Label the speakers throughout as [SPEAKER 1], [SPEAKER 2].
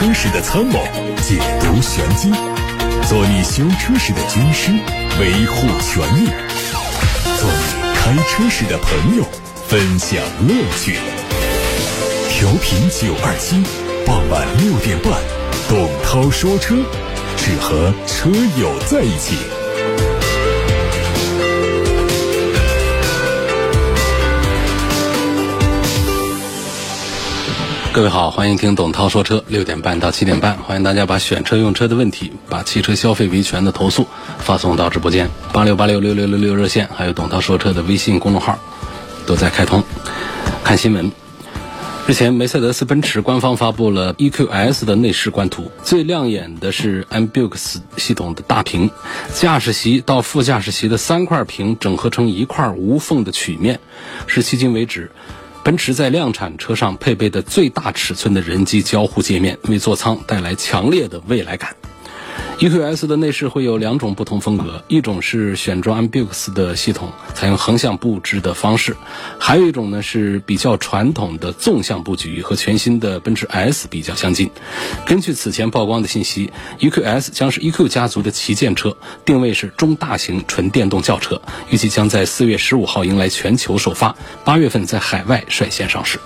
[SPEAKER 1] 车时的参谋，解读玄机，做你修车时的军师，维护权益，做你开车时的朋友，分享乐趣。调频927，傍晚6点半，董涛说车，只和车友在一起。
[SPEAKER 2] 各位好，欢迎听董涛说车，6点半到7点半，欢迎大家把选车用车的问题，把汽车消费维权的投诉发送到直播间86866666热线，还有董涛说车的微信公众号都在开通。看新闻，日前梅赛德斯奔驰官方发布了 EQS 的内饰官图，最亮眼的是 MBUX 系统的大屏，驾驶席到副驾驶席的3块屏整合成一块无缝的曲面，是迄今为止奔驰在量产车上配备的最大尺寸的人机交互界面，为座舱带来强烈的未来感。EQS 的内饰会有2种不同风格，一种是选装 MBUX 的系统，采用横向布置的方式，还有一种呢是比较传统的纵向布局，和全新的奔驰 S 比较相近。根据此前曝光的信息， EQS 将是 EQ 家族的旗舰车，定位是中大型纯电动轿车，预计将在4月15号迎来全球首发，8月份在海外率先上市。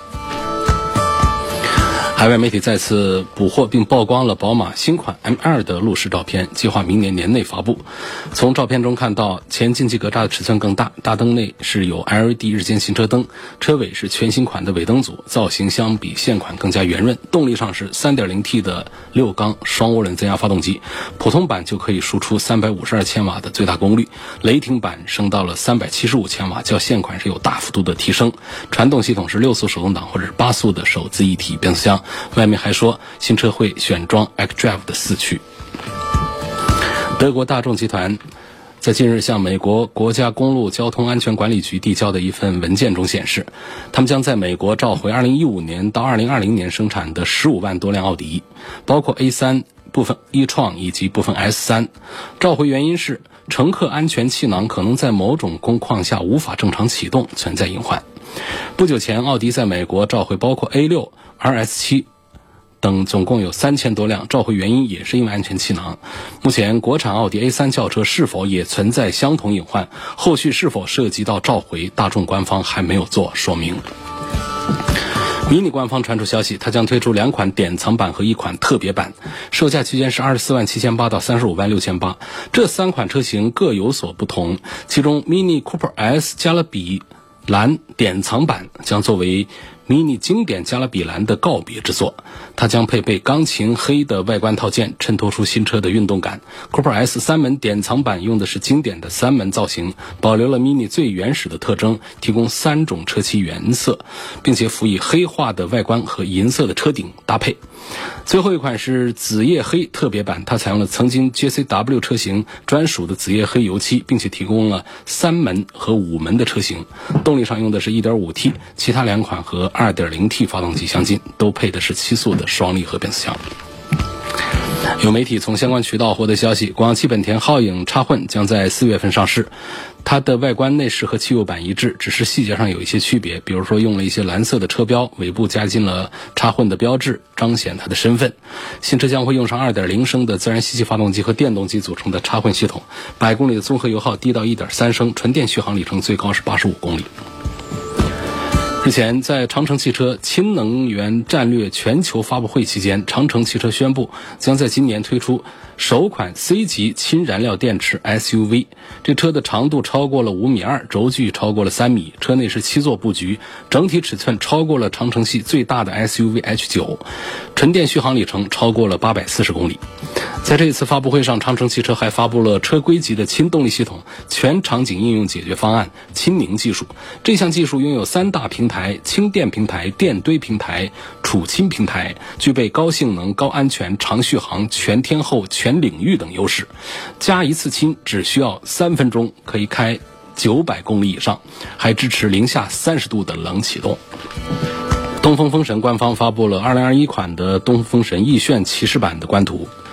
[SPEAKER 2] 海外媒体再次捕获并曝光了宝马新款 M2 的路试照片，计划明年年内发布。从照片中看到，前进气格栅的尺寸更大，大灯内是有 LED 日间行车灯，车尾是全新款的尾灯组，造型相比现款更加圆润。动力上是 3.0T 的6缸双涡轮增压发动机，普通版就可以输出352千瓦的最大功率，雷霆版升到了375千瓦，较现款是有大幅度的提升。传动系统是6速手动挡或者是8速的手自一体变速箱，外面还说新车会选装 xDrive 的4驱。德国大众集团在近日向美国国家公路交通安全管理局递交的一份文件中显示，他们将在美国召回2015年到2020年生产的15万多辆奥迪，包括 A3、部分 e-tron 以及部分 S3。 召回原因是乘客安全气囊可能在某种工况下无法正常启动，存在隐患。不久前，奥迪在美国召回包括 A6、RS7 等总共有3000多辆，召回原因也是因为安全气囊。目前国产奥迪 A3 轿车是否也存在相同隐患，后续是否涉及到召回，大众官方还没有做说明。Mini 官方传出消息，它将推出2款典藏版和1款特别版，售价区间是24万7800到35万6800。这3款车型各有所不同，其中 Mini Cooper S 加勒比蓝典藏版将作为Mini 经典加勒比蓝的告别之作，它将配备钢琴黑的外观套件，衬托出新车的运动感。Cooper S 3门典藏版用的是经典的3门造型，保留了 Mini 最原始的特征，提供3种车漆原色，并且辅以黑化的外观和银色的车顶搭配。最后一款是紫夜黑特别版，它采用了曾经 JCW 车型专属的紫夜黑油漆，并且提供了3门和5门的车型。动力上用的是 1.5T， 其他2款和 2.0T 发动机相近，都配的是7速的双离合变速箱。有媒体从相关渠道获得消息，广汽本田皓影插混将在4月份上市，它的外观内饰和汽油版一致，只是细节上有一些区别，比如说用了一些蓝色的车标，尾部加进了插混的标志，彰显它的身份。新车将会用上 2.0 升的自然吸气发动机和电动机组成的插混系统，100公里的综合油耗低到 1.3 升，纯电续航里程最高是85公里。之前在长城汽车氢能源战略全球发布会期间，长城汽车宣布将在今年推出首款 C 级氢燃料电池 SUV， 这车的长度超过了5.2米，轴距超过了3米，车内是7座布局，整体尺寸超过了长城系最大的 SUV H9， 纯电续航里程超过了840公里。在这一次发布会上，长城汽车还发布了车规级的氢动力系统全场景应用解决方案氢宁技术。这项技术拥有3大平台：氢电平台、电堆平台、储氢平台，具备高性能、高安全、长续航、全天候、全领域等优势。加一次氢只需要3分钟，可以开900公里以上，还支持零下30度的冷启动。东风风神官方发布了2021款的东风风神奕炫骑士版的官图，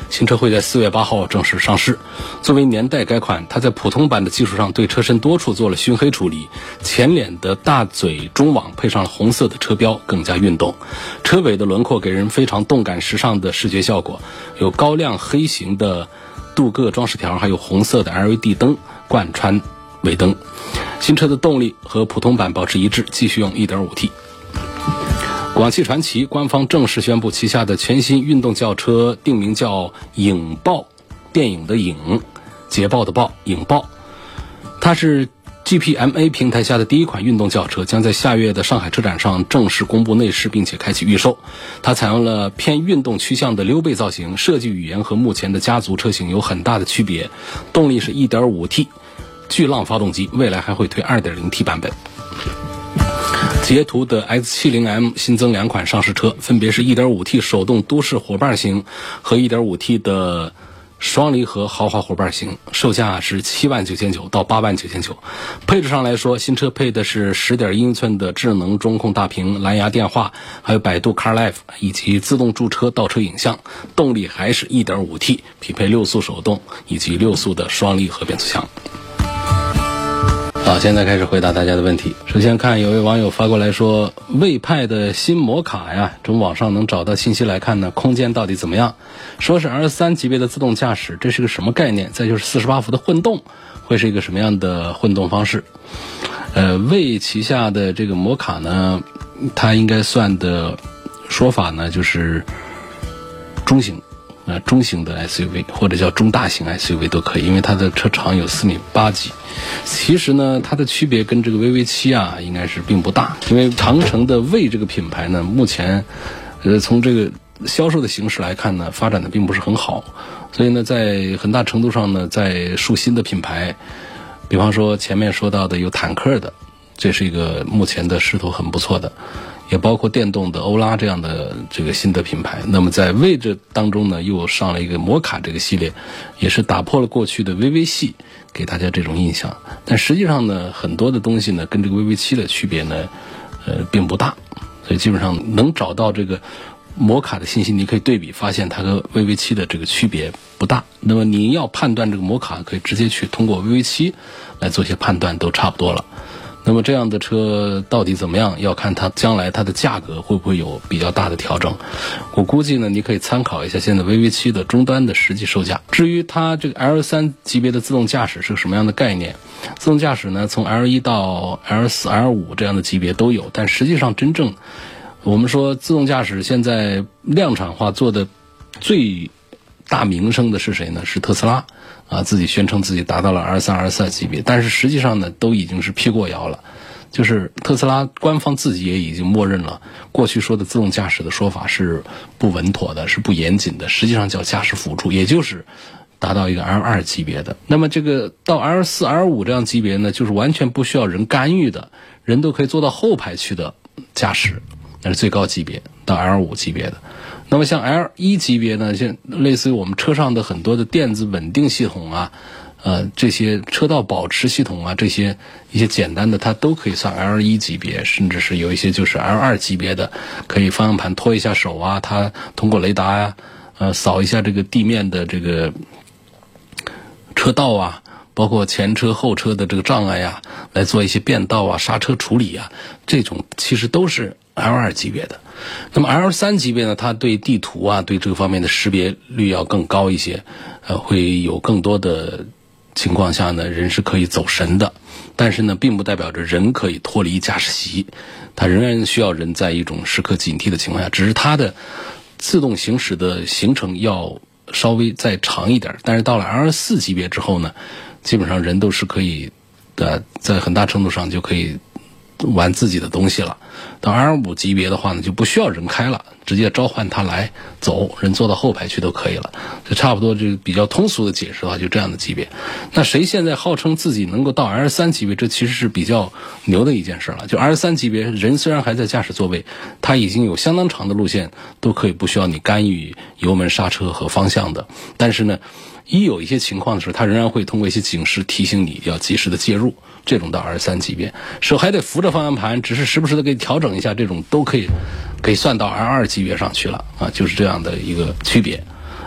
[SPEAKER 2] 新车会在4月8号正式上市。作为年代改款，它在普通版的基础上对车身多处做了熏黑处理，前脸的大嘴中网配上了红色的车标，更加运动。车尾的轮廓给人非常动感时尚的视觉效果，有高亮黑型的镀铬装饰条，还有红色的 LED 灯贯穿尾灯。新车的动力和普通版保持一致，继续用 1.5T。广汽传祺官方正式宣布，旗下的全新运动轿车定名叫影豹，电影的影，捷豹的豹，影豹。它是 GPMA 平台下的第一款运动轿车，将在下月的上海车展上正式公布内饰，并且开启预售。它采用了偏运动趋向的溜背造型，设计语言和目前的家族车型有很大的区别。动力是 1.5T 巨浪发动机，未来还会推 2.0T 版本。捷途的 X70M 新增2款上市车，分别是 1.5T 手动都市伙伴型和 1.5T 的双离合豪华伙伴型，售价是79900到89900。配置上来说，新车配的是 10.1 英寸的智能中控大屏、蓝牙电话，还有百度 CarLife 以及自动驻车倒车影像。动力还是 1.5T， 匹配6速手动以及6速的双离合变速箱。好，现在开始回答大家的问题。首先看有位网友发过来说，魏派的新摩卡呀，从网上能找到信息来看呢，空间到底怎么样？说是 R3 级别的自动驾驶，这是个什么概念？再就是48伏的混动，会是一个什么样的混动方式？魏旗下的这个摩卡呢，它应该算的说法呢，就是中型的 SUV 或者叫中大型 SUV 都可以，因为它的车长有4.8米。其实呢，它的区别跟这个 VV7 啊应该是并不大，因为长城的魏这个品牌呢，目前从这个销售的形式来看呢，发展的并不是很好，所以呢，在很大程度上呢，在树新的品牌，比方说前面说到的有坦克的，这是一个目前的势头很不错的。也包括电动的欧拉这样的这个新的品牌。那么在魏这当中呢，又上了一个摩卡这个系列，也是打破了过去的 VV 系给大家这种印象。但实际上呢，很多的东西呢跟这个 VV7 的区别呢并不大，所以基本上能找到这个摩卡的信息，你可以对比发现它和 VV7 的这个区别不大。那么你要判断这个摩卡，可以直接去通过 VV7 来做一些判断，都差不多了。那么这样的车到底怎么样，要看它将来它的价格会不会有比较大的调整。我估计呢，你可以参考一下现在 VV7 的终端的实际售价。至于它这个 L3 级别的自动驾驶是个什么样的概念，自动驾驶呢，从 L1 到 L4、L5 这样的级别都有，但实际上真正我们说自动驾驶现在量产化做的最大名声的是谁呢？是特斯拉啊，自己宣称自己达到了 R3、R4 级别，但是实际上呢，都已经是屁过窑了。就是特斯拉官方自己也已经默认了，过去说的自动驾驶的说法是不稳妥的，是不严谨的，实际上叫驾驶辅助，也就是达到一个 L2 级别的。那么这个到 L4、L5 这样级别呢，就是完全不需要人干预的，人都可以坐到后排去的驾驶，那是最高级别，到 L5 级别的。那么像 L1 级别呢，像类似于我们车上的很多的电子稳定系统啊，这些车道保持系统啊，这些一些简单的，它都可以算 L1 级别，甚至是有一些就是 L2 级别的，可以方向盘拖一下手啊，它通过雷达呀，扫一下这个地面的这个车道啊，包括前车后车的这个障碍呀，来做一些变道啊、刹车处理啊，这种其实都是 L2 级别的。那么 L3 级别呢，它对地图啊，对这个方面的识别率要更高一些，会有更多的情况下呢，人是可以走神的，但是呢，并不代表着人可以脱离驾驶席，它仍然需要人在一种时刻警惕的情况下，只是它的自动行驶的行程要稍微再长一点。但是到了 L4 级别之后呢，基本上人都是可以在很大程度上就可以玩自己的东西了。到 L5 级别的话呢，就不需要人开了，直接召唤它来走，人坐到后排去都可以了。这差不多这比较通俗的解释的话，就这样的级别。那谁现在号称自己能够到 L3 级别，这其实是比较牛的一件事了。就 L3 级别，人虽然还在驾驶座位，它已经有相当长的路线都可以不需要你干预油门、刹车和方向的，但是呢，一有一些情况的时候，它仍然会通过一些警示提醒你要及时的介入，这种到 R3 级别，手还得扶着方向盘，只是时不时的给你调整一下，这种都可以算到 R2 级别上去了啊，就是这样的一个区别。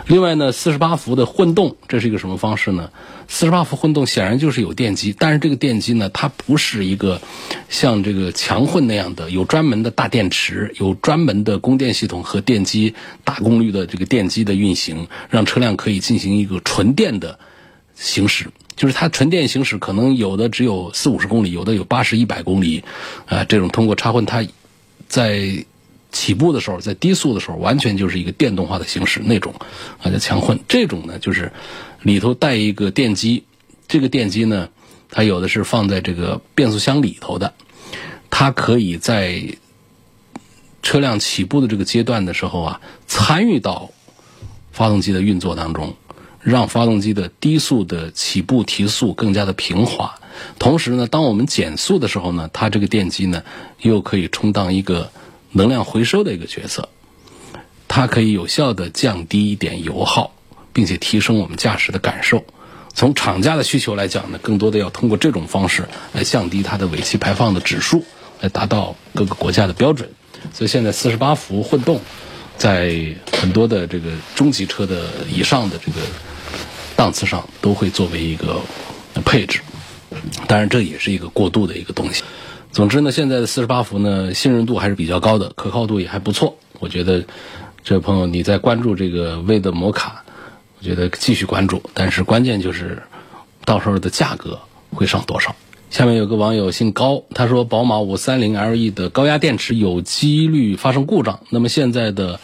[SPEAKER 2] 另外呢，48伏的混动，这是一个什么方式呢？48伏混动显然就是有电机，但是这个电机呢，它不是一个像这个强混那样的有专门的大电池、有专门的供电系统和电机大功率的这个电机的运行，让车辆可以进行一个纯电的行驶。就是它纯电行驶可能有的只有40-50公里，有的有80、100公里，这种通过插混，它在起步的时候，在低速的时候，完全就是一个电动化的形式，那种叫强混。这种呢，就是里头带一个电机，这个电机呢，它有的是放在这个变速箱里头的，它可以在车辆起步的这个阶段的时候啊，参与到发动机的运作当中，让发动机的低速的起步提速更加的平滑。同时呢，当我们减速的时候呢，它这个电机呢，又可以充当一个能量回收的一个角色，它可以有效的降低一点油耗，并且提升我们驾驶的感受。从厂家的需求来讲呢，更多的要通过这种方式来降低它的尾气排放的指数，来达到各个国家的标准。所以现在48伏混动在很多的这个中级车的以上的这个档次上都会作为一个配置，当然这也是一个过渡的一个东西。总之呢，现在的48伏呢，信任度还是比较高的，可靠度也还不错。我觉得这位朋友你在关注这个威的摩卡，我觉得继续关注，但是关键就是到时候的价格会上多少。下面有个网友姓高，他说宝马 530LE 的高压电池有几率发生故障，那么现在的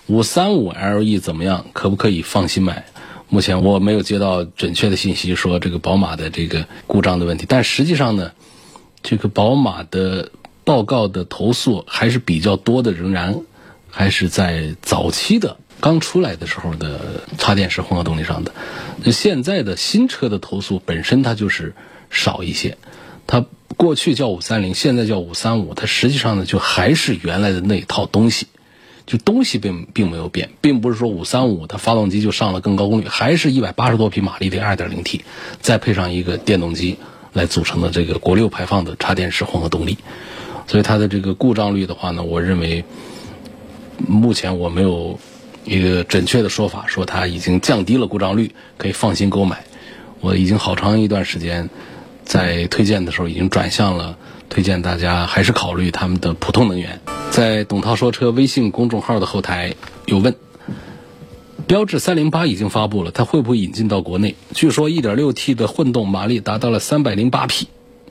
[SPEAKER 2] 535LE 怎么样？可不可以放心买？目前我没有接到准确的信息说这个宝马的这个故障的问题，但实际上呢，这个宝马的报告的投诉还是比较多的，仍然还是在早期的刚出来的时候的插电式混合动力上的。现在的新车的投诉本身它就是少一些，它过去叫530，现在叫535，它实际上呢就还是原来的那套东西，就东西并没有变，并不是说535它发动机就上了更高功率，还是180多匹马力的 2.0T， 再配上一个电动机来组成的这个国六排放的插电式混合动力。所以它的这个故障率的话呢，我认为目前我没有一个准确的说法说它已经降低了故障率，可以放心购买。我已经好长一段时间在推荐的时候已经转向了推荐大家还是考虑他们的普通能源。在董涛说车微信公众号的后台有问，标致308已经发布了，它会不会引进到国内？据说 1.6T 的混动马力达到了308匹，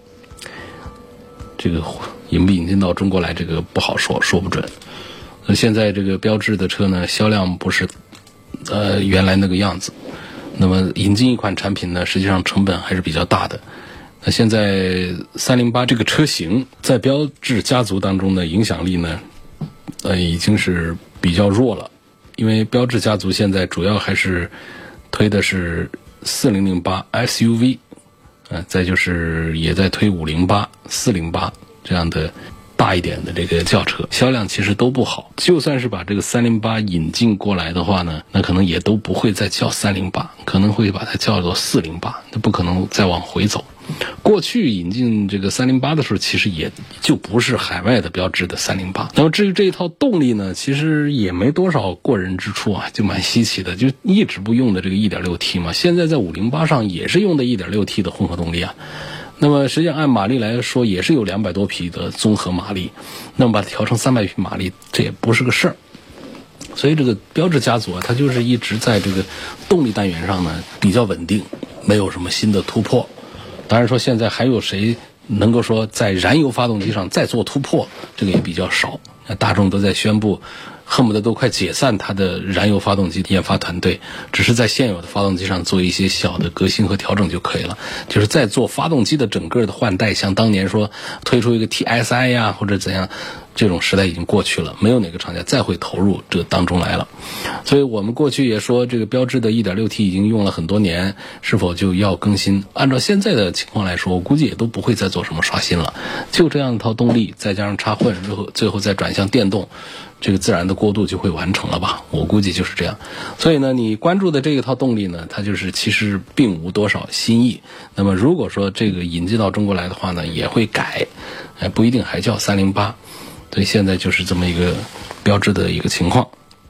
[SPEAKER 2] 这个引不引进到中国来，这个不好说，说不准。现在这个标致的车呢，销量不是原来那个样子，那么引进一款产品呢，实际上成本还是比较大的。那现在308这个车型在标致家族当中的影响力呢，已经是比较弱了，因为标致家族现在主要还是推的是4008 SUV，再就是也在推508、408这样的大一点的这个轿车，销量其实都不好。就算是把这个308引进过来的话呢，那可能也都不会再叫308，可能会把它叫做408，那不可能再往回走。过去引进这个308的时候，其实也就不是海外的标致的308。那么至于这一套动力呢，其实也没多少过人之处啊，就蛮稀奇的，就一直不用的这个 1.6T 嘛，现在在508上也是用的 1.6T 的混合动力啊。那么实际上按马力来说也是有200多匹的综合马力，那么把它调成300匹马力，这也不是个事儿。所以这个标致家族啊，它就是一直在这个动力单元上呢比较稳定，没有什么新的突破。当然说现在还有谁能够说在燃油发动机上再做突破，这个也比较少。大众都在宣布恨不得都快解散它的燃油发动机研发团队，只是在现有的发动机上做一些小的革新和调整就可以了，就是在做发动机的整个的换代，像当年说推出一个 TSI 呀或者怎样，这种时代已经过去了，没有哪个厂家再会投入这当中来了。所以我们过去也说这个标致的 1.6T 已经用了很多年，是否就要更新？按照现在的情况来说，我估计也都不会再做什么刷新了，就这样一套动力再加上插混，最后再转向电动，这个自然的过渡就会完成了吧，我估计就是这样。所以呢，你关注的这一套动力呢，它就是其实并无多少新意。那么如果说这个引进到中国来的话呢，也会改，不一定还叫308。所以现在就是这么一个标致的一个情况。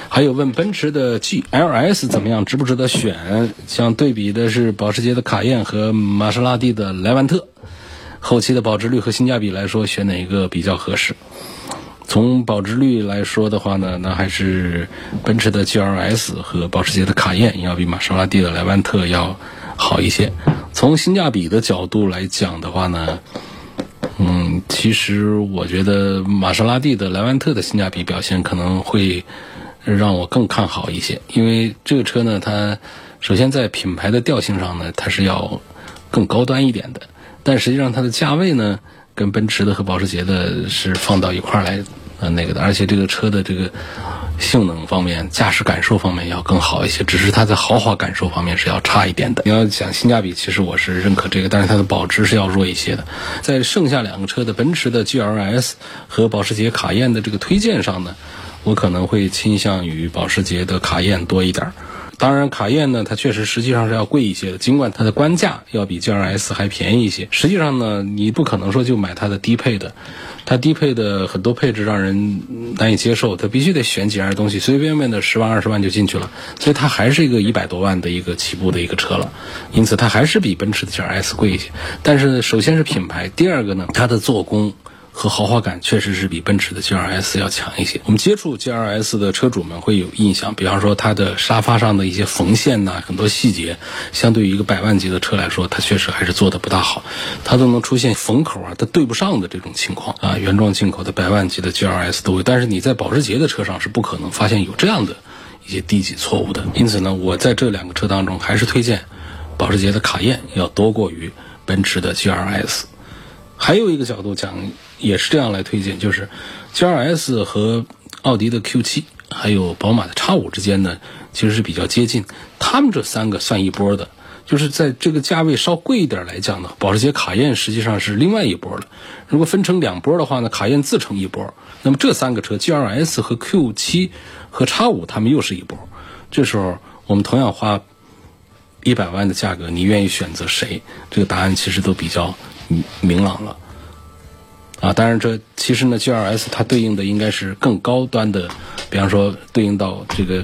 [SPEAKER 2] 还有问奔驰的 GLS 怎么样，值不值得选？像对比的是保时捷的卡宴和玛莎拉蒂的莱万特，后期的保值率和性价比来说，选哪一个比较合适？从保值率来说的话呢，那还是奔驰的 GLS 和保时捷的卡宴要比玛莎拉蒂的莱万特要好一些。从性价比的角度来讲的话呢，其实我觉得玛莎拉蒂的莱万特的性价比表现可能会让我更看好一些，因为这个车呢，它首先在品牌的调性上呢，它是要更高端一点的，但实际上它的价位呢，跟奔驰的和保时捷的是放到一块来那个的，而且这个车的这个性能方面、驾驶感受方面要更好一些，只是它在豪华感受方面是要差一点的。你要讲性价比，其实我是认可这个，但是它的保值是要弱一些的。在剩下两个车的奔驰的 GLS 和保时捷卡宴的这个推荐上呢，我可能会倾向于保时捷的卡宴多一点。当然卡宴呢，它确实实际上是要贵一些的，尽管它的官价要比 GLS 还便宜一些。实际上呢，你不可能说就买它的低配的，它低配的很多配置让人难以接受，它必须得选几样东西，随随便便的10万20万就进去了，所以它还是一个100多万的一个起步的一个车了，因此它还是比奔驰的 GLS 贵一些。但是首先是品牌，第二个呢，它的做工和豪华感确实是比奔驰的 GLS 要强一些。我们接触 GLS 的车主们会有印象，比方说它的沙发上的一些缝线呐，很多细节，相对于一个100万级的车来说，它确实还是做的不大好，它都能出现缝口它对不上的这种情况啊。原装进口的100万级的 GLS 都会，但是你在保时捷的车上是不可能发现有这样的一些低级错误的。因此呢，我在这两个车当中还是推荐保时捷的卡宴要多过于奔驰的 GLS。还有一个角度讲，也是这样来推荐，就是 GLS 和奥迪的 Q7 还有宝马的 X5 之间呢，其实是比较接近，他们这三个算一波的。就是在这个价位稍贵一点来讲呢，保时捷卡宴实际上是另外一波了。如果分成两波的话呢，卡宴自成一波，那么这三个车 GLS 和 Q7 和 X5 他们又是一波。这时候我们同样花100万的价格，你愿意选择谁？这个答案其实都比较明朗了啊。当然这其实呢 GLS 它对应的应该是更高端的，比方说对应到这个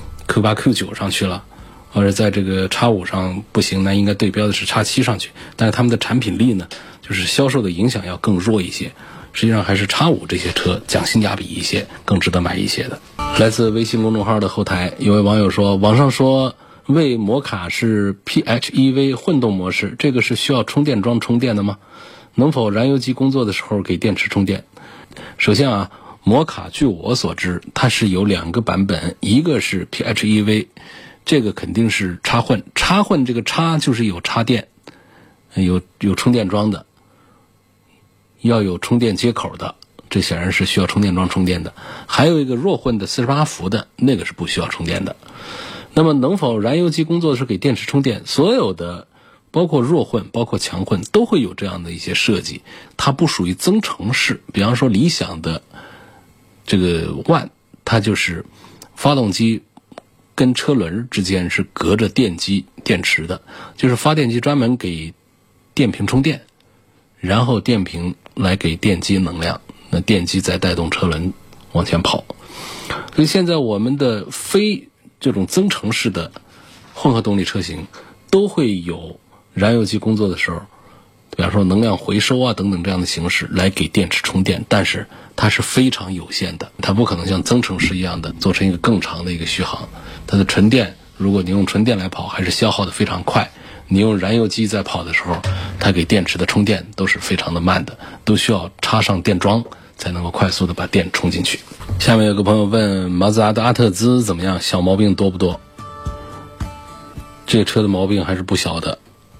[SPEAKER 2] Q8 Q9 上去了，或者在这个 X5 上不行，那应该对标的是 X7 上去，但是他们的产品力呢，就是销售的影响要更弱一些，实际上还是 X5 这些车讲性价比一些，更值得买一些的。来自微信公众号的后台有位网友说，网上说为摩卡是 PHEV 混动模式，这个是需要充电桩充电的吗？能否燃油机工作的时候给电池充电？首先啊，摩卡据我所知它是有2个版本，一个是 PHEV， 这个肯定是插混，插混这个插就是有插电，有充电桩的，要有充电接口的，这显然是需要充电桩充电的。还有一个弱混的48伏的，那个是不需要充电的。那么能否燃油机工作的时候给电池充电？所有的包括弱混包括强混都会有这样的一些设计，它不属于增程式。比方说理想的这个 One， 它就是发动机跟车轮之间是隔着电机电池的，就是发电机专门给电瓶充电，然后电瓶来给电机能量，那电机再带动车轮往前跑。所以现在我们的非这种增程式的混合动力车型都会有燃油机工作的时候，比方说能量回收啊等等这样的形式来给电池充电，但是它是非常有限的，它不可能像增程式一样的做成一个更长的一个续航。它的纯电，如果你用纯电来跑，还是消耗的非常快，你用燃油机在跑的时候，它给电池的充电都是非常的慢的，都需要插上电桩才能够快速的把电充进去。下面有个朋友问马自达的阿特兹怎么样，小毛病多不多？这车的毛病还是不小的。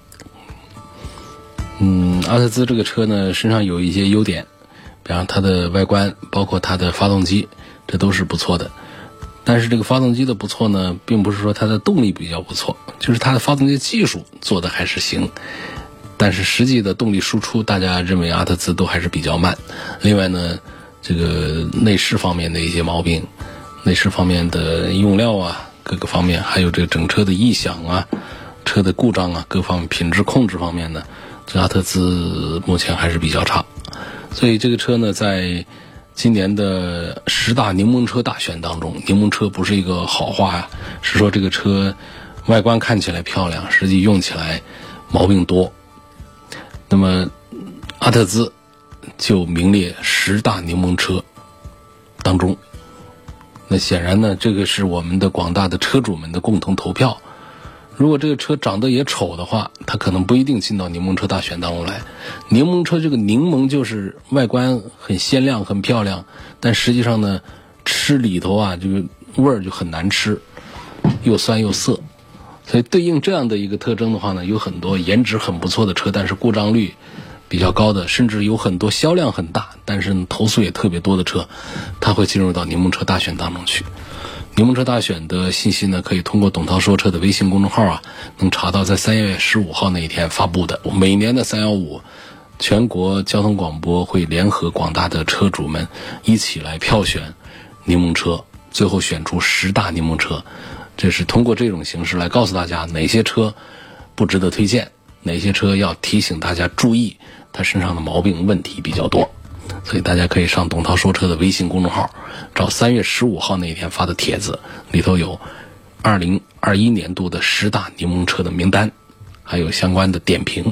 [SPEAKER 2] 阿特兹这个车呢，身上有一些优点，比方它的外观，包括它的发动机，这都是不错的。但是这个发动机的不错呢，并不是说它的动力比较不错，就是它的发动机技术做的还是行，但是实际的动力输出，大家认为阿特兹都还是比较慢。另外呢，这个内饰方面的一些毛病，内饰方面的用料啊，各个方面，还有这个整车的异响啊，车的故障啊，各方面品质控制方面呢，这阿特兹目前还是比较差。所以这个车呢，在今年的10大柠檬车大选当中，柠檬车不是一个好话呀，是说这个车外观看起来漂亮，实际用起来毛病多。那么阿特兹就名列10大柠檬车当中。那显然呢，这个是我们的广大的车主们的共同投票。如果这个车长得也丑的话，它可能不一定进到柠檬车大选当中来。柠檬车这个柠檬就是外观很鲜亮很漂亮，但实际上呢，吃里头啊这个味儿就很难吃，又酸又涩。所以对应这样的一个特征的话呢，有很多颜值很不错的车，但是故障率比较高的，甚至有很多销量很大，但是投诉也特别多的车，它会进入到柠檬车大选当中去。柠檬车大选的信息呢，可以通过董涛说车的微信公众号啊，能查到在3月15号那一天发布的。每年的315，全国交通广播会联合广大的车主们一起来票选柠檬车，最后选出10大柠檬车。这是通过这种形式来告诉大家哪些车不值得推荐，哪些车要提醒大家注意它身上的毛病问题比较多。所以大家可以上董涛说车的微信公众号，找3月15号那一天发的帖子，里头有2021年度的10大柠檬车的名单，还有相关的点评。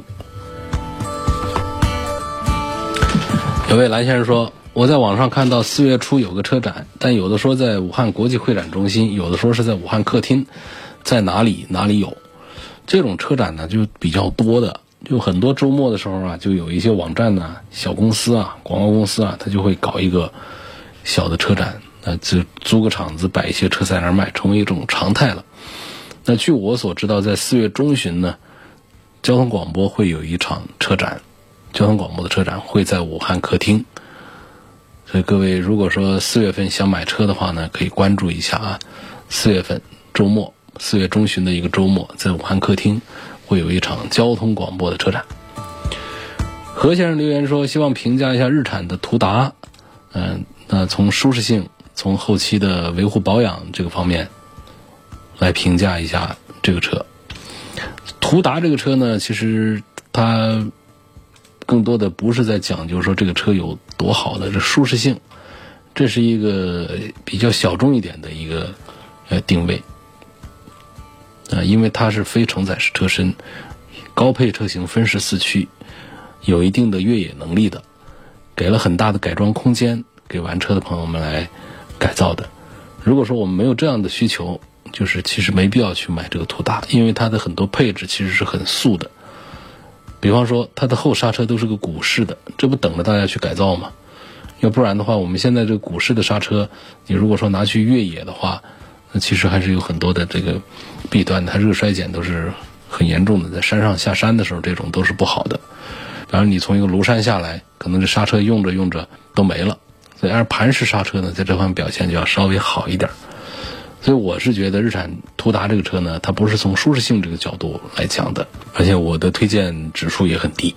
[SPEAKER 2] 有位蓝先生说，我在网上看到4月初有个车展，但有的说在武汉国际会展中心，有的说是在武汉客厅，在哪里有。这种车展呢就比较多的，就很多周末的时候啊，就有一些网站呢、小公司啊、广告公司啊，它就会搞一个小的车展，那就租个场子摆一些车在那儿卖，成为一种常态了。那据我所知道，在4月中旬呢，交通广播会有一场车展，交通广播的车展会在武汉客厅。所以各位如果说4月份想买车的话呢，可以关注一下啊。4月份周末，4月中旬的一个周末，在武汉客厅会有一场交通广播的车展。何先生留言说，希望评价一下日产的途达。那从舒适性，从后期的维护保养这个方面来评价一下这个车。途达这个车呢，其实它更多的不是在讲究说这个车有多好的这舒适性，这是一个比较小众一点的一个定位。因为它是非承载式车身，高配车型分时4驱，有一定的越野能力的，给了很大的改装空间给玩车的朋友们来改造的。如果说我们没有这样的需求，就是其实没必要去买这个途达，因为它的很多配置其实是很素的。比方说它的后刹车都是个鼓式的，这不等着大家去改造吗？要不然的话，我们现在这个鼓式的刹车，你如果说拿去越野的话，那其实还是有很多的这个弊端，它热衰减都是很严重的，在山上下山的时候这种都是不好的。然后你从一个庐山下来，可能这刹车用着都没了，所以而盘式刹车呢，在这方面表现就要稍微好一点。所以我是觉得日产途达这个车呢，它不是从舒适性这个角度来讲的，而且我的推荐指数也很低。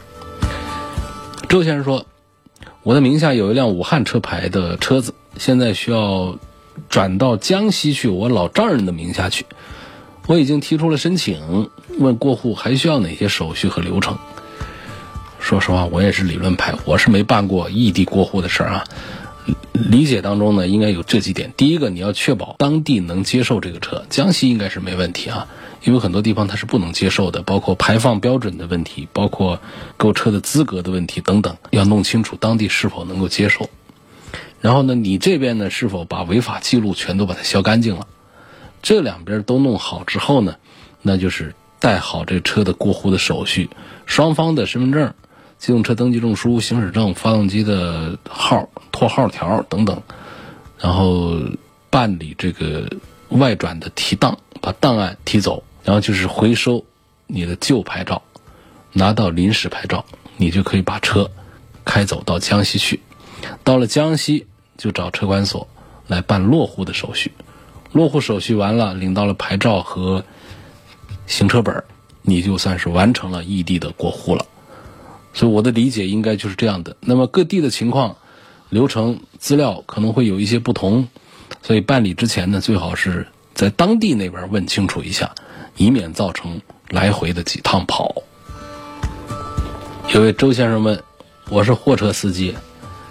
[SPEAKER 2] 周先生说，我的名下有一辆武汉车牌的车子，现在需要转到江西去我老丈人的名下去，我已经提出了申请，问过户还需要哪些手续和流程。说实话，我也是理论派，我是没办过异地过户的事啊。理解当中呢，应该有这几点。第一个，你要确保当地能接受这个车，江西应该是没问题啊，因为很多地方它是不能接受的，包括排放标准的问题，包括购车的资格的问题等等，要弄清楚当地是否能够接受。然后呢，你这边呢是否把违法记录全都把它消干净了？这两边都弄好之后呢，那就是带好这车的过户的手续，双方的身份证、机动车登记证书、行驶证、发动机的号、拖号条等等，然后办理这个外转的提档，把档案提走，然后就是回收你的旧牌照，拿到临时牌照，你就可以把车开走到江西去。到了江西就找车管所来办落户的手续，落户手续完了，领到了牌照和行车本，你就算是完成了异地的过户了。所以我的理解应该就是这样的。那么各地的情况、流程、资料可能会有一些不同，所以办理之前呢，最好是在当地那边问清楚一下，以免造成来回的几趟跑。有位周先生问，我是货车司机，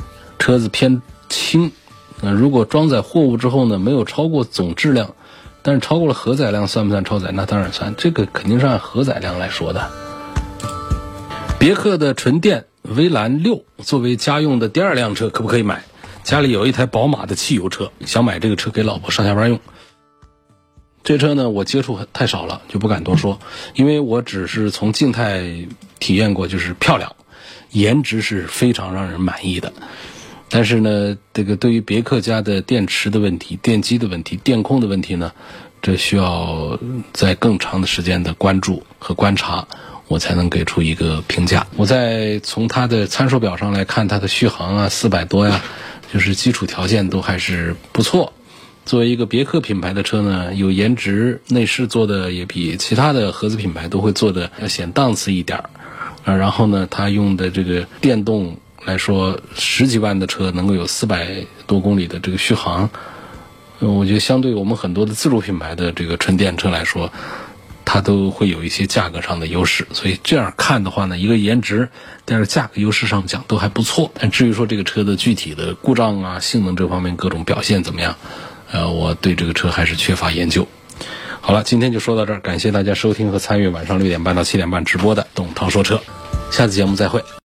[SPEAKER 2] 车子偏轻，如果装载货物之后呢，没有超过总质量，但是超过了荷载量，算不算超载？那当然算，这个肯定是按荷载量来说的。别克的纯电威兰6作为家用的第2辆车可不可以买？家里有一台宝马的汽油车，想买这个车给老婆上下班用。这车呢我接触太少了，就不敢多说，因为我只是从静态体验过，就是漂亮，颜值是非常让人满意的。但是呢，这个对于别克家的电池的问题、电机的问题、电控的问题呢，这需要在更长的时间的关注和观察，我才能给出一个评价。我再从它的参数表上来看，它的续航啊400多呀，就是基础条件都还是不错。作为一个别克品牌的车呢，有颜值，内饰做的也比其他的合资品牌都会做的要显档次一点然后呢，它用的这个电动来说，10几万的车能够有400多公里的这个续航，我觉得相对我们很多的自主品牌的这个纯电车来说，它都会有一些价格上的优势。所以这样看的话呢，一个颜值，但是价格优势上讲都还不错。但至于说这个车的具体的故障啊、性能这方面各种表现怎么样，我对这个车还是缺乏研究。好了，今天就说到这儿，感谢大家收听和参与晚上6点半到7点半直播的董涛说车，下次节目再会。